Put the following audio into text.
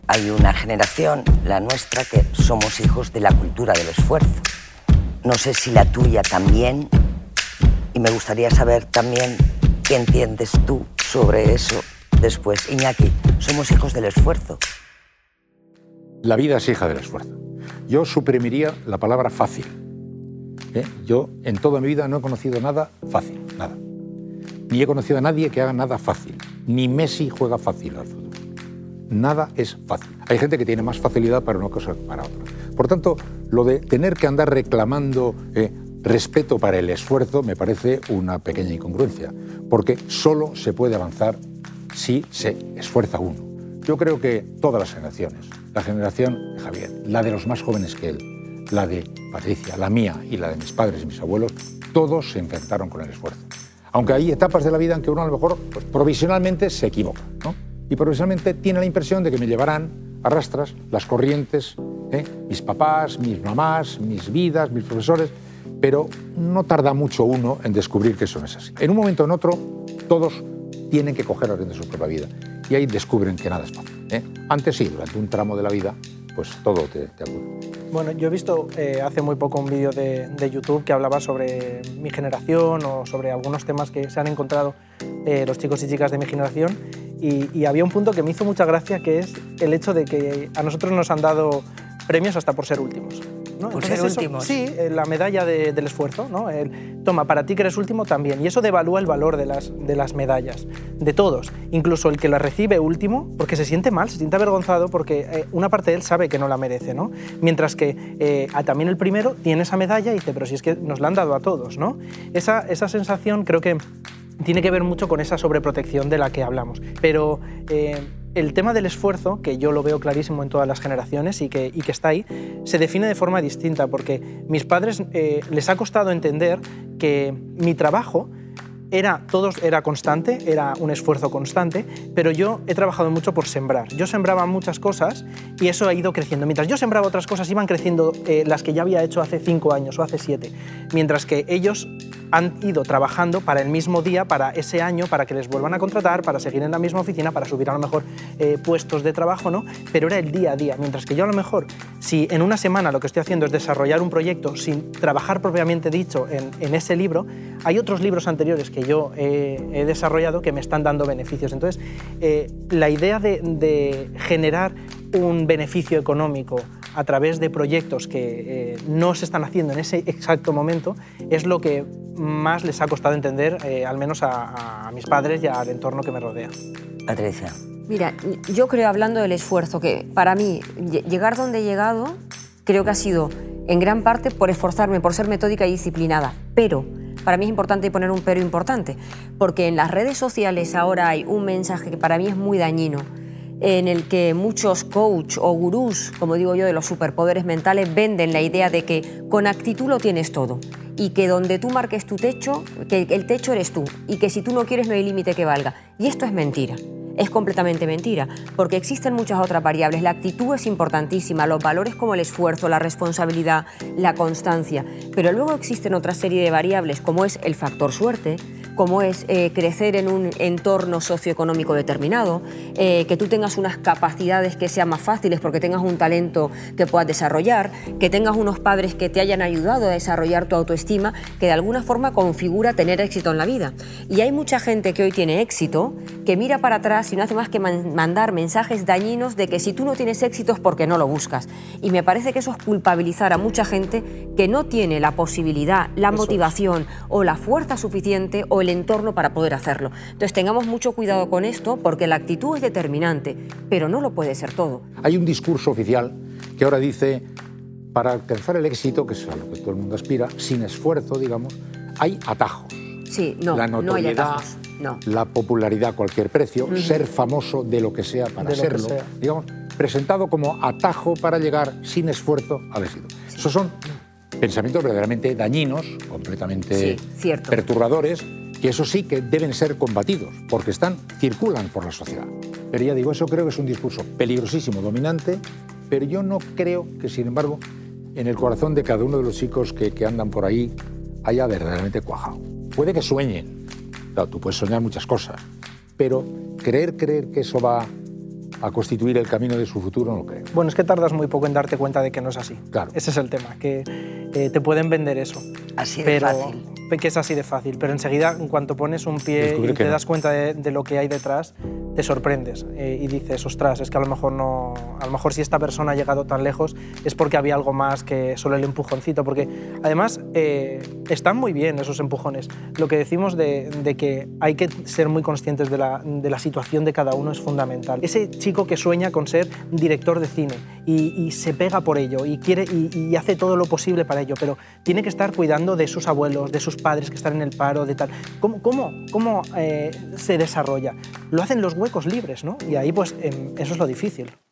hay una generación, la nuestra, que somos hijos de la cultura del esfuerzo. No sé si la tuya también, y me gustaría saber también qué entiendes tú sobre eso después. Iñaki, somos hijos del esfuerzo. La vida es hija del esfuerzo. Yo suprimiría la palabra fácil. Yo en toda mi vida no he conocido nada fácil, nada. Ni he conocido a nadie que haga nada fácil. Ni Messi juega fácil al fútbol. Nada es fácil. Hay gente que tiene más facilidad para una cosa que para otra. Por tanto, lo de tener que andar reclamando respeto para el esfuerzo me parece una pequeña incongruencia, porque solo se puede avanzar si se esfuerza uno. Yo creo que todas las generaciones, la generación de Javier, la de los más jóvenes que él, la de Patricia, la mía y la de mis padres y mis abuelos, todos se enfrentaron con el esfuerzo. Aunque hay etapas de la vida en que uno a lo mejor provisionalmente se equivoca, ¿no? Y provisionalmente tiene la impresión de que me llevarán a rastras las corrientes, mis papás, mis mamás, mis vidas, mis profesores, pero no tarda mucho uno en descubrir que eso no es así. En un momento o en otro, todos tienen que coger las riendas de su propia vida y ahí descubren que nada es fácil. Antes sí, durante un tramo de la vida, pues todo te acude. Bueno, yo he visto hace muy poco un vídeo de YouTube que hablaba sobre mi generación o sobre algunos temas que se han encontrado los chicos y chicas de mi generación y había un punto que me hizo mucha gracia, que es el hecho de que a nosotros nos han dado premios hasta por ser últimos, ¿no? Por ser últimos. Sí, la medalla del esfuerzo, ¿no? Toma, para ti que eres último también. Y eso devalúa el valor de las medallas, de todos. Incluso el que la recibe último, porque se siente mal, se siente avergonzado, porque una parte de él sabe que no la merece, ¿no? Mientras que también el primero tiene esa medalla y dice, pero si es que nos la han dado a todos, ¿no? Esa sensación creo que tiene que ver mucho con esa sobreprotección de la que hablamos. Pero el tema del esfuerzo, que yo lo veo clarísimo en todas las generaciones y que está ahí, se define de forma distinta, porque mis padres les ha costado entender que mi trabajo era constante, era un esfuerzo constante, pero yo he trabajado mucho por sembrar. Yo sembraba muchas cosas y eso ha ido creciendo. Mientras yo sembraba otras cosas, iban creciendo las que ya había hecho hace 5 años o hace 7, mientras que ellos han ido trabajando para el mismo día, para ese año, para que les vuelvan a contratar, para seguir en la misma oficina, para subir a lo mejor puestos de trabajo, ¿no? Pero era el día a día, mientras que yo a lo mejor, si en una semana lo que estoy haciendo es desarrollar un proyecto sin trabajar propiamente dicho en ese libro, hay otros libros anteriores que yo he desarrollado que me están dando beneficios. Entonces, la idea de generar un beneficio económico a través de proyectos que no se están haciendo en ese exacto momento es lo que más les ha costado entender, al menos a mis padres y al entorno que me rodea. Patricia. Mira, yo creo, hablando del esfuerzo, que para mí llegar donde he llegado creo que ha sido en gran parte por esforzarme, por ser metódica y disciplinada, pero para mí es importante poner un pero importante, porque en las redes sociales ahora hay un mensaje que para mí es muy dañino, en el que muchos coach o gurús, como digo yo, de los superpoderes mentales, venden la idea de que con actitud lo tienes todo y que donde tú marques tu techo, que el techo eres tú y que si tú no quieres no hay límite que valga. Y esto es mentira. Es completamente mentira, porque existen muchas otras variables. La actitud es importantísima, los valores como el esfuerzo, la responsabilidad, la constancia, pero luego existen otra serie de variables como es el factor suerte, como es crecer en un entorno socioeconómico determinado, que tú tengas unas capacidades que sean más fáciles porque tengas un talento que puedas desarrollar, que tengas unos padres que te hayan ayudado a desarrollar tu autoestima, que de alguna forma configura tener éxito en la vida. Y hay mucha gente que hoy tiene éxito, que mira para atrás y no hace más que mandar mensajes dañinos de que si tú no tienes éxito es porque no lo buscas. Y me parece que eso es culpabilizar a mucha gente que no tiene la posibilidad, la motivación o la fuerza suficiente o el entorno para poder hacerlo. Entonces tengamos mucho cuidado con esto, porque la actitud es determinante, pero no lo puede ser todo. Hay un discurso oficial que ahora dice, para alcanzar el éxito, que es a lo que todo el mundo aspira, sin esfuerzo, digamos, hay atajos. Sí, no, la no hay notoriedad, atajos. No. La popularidad a cualquier precio, ser famoso de lo que sea para serlo, digamos, presentado como atajo para llegar sin esfuerzo al éxito. Sí. Esos son pensamientos verdaderamente dañinos, completamente perturbadores, que eso sí que deben ser combatidos, porque circulan por la sociedad. Pero ya digo, eso creo que es un discurso peligrosísimo, dominante, pero yo no creo que, sin embargo, en el corazón de cada uno de los chicos que andan por ahí haya verdaderamente cuajado. Puede que sueñen, claro, tú puedes soñar muchas cosas, pero creer que eso va a constituir el camino de su futuro, no lo creo. Bueno, es que tardas muy poco en darte cuenta de que no es así. Claro. Ese es el tema, que te pueden vender eso. Así de fácil. Que es así de fácil, pero enseguida, en cuanto pones un pie Descubrir y que te no. das cuenta de lo que hay detrás, te sorprendes y dices, ostras, es que a lo mejor no, a lo mejor si esta persona ha llegado tan lejos es porque había algo más que solo el empujoncito, porque además están muy bien esos empujones. Lo que decimos de que hay que ser muy conscientes de la situación de cada uno es fundamental. Ese chico que sueña con ser director de cine y se pega por ello y quiere y hace todo lo posible para ello, pero tiene que estar cuidando de sus abuelos, de sus padres que están en el paro, de tal. ¿Cómo se desarrolla? Lo hacen los huecos libres, ¿no? Y ahí pues eso es lo difícil.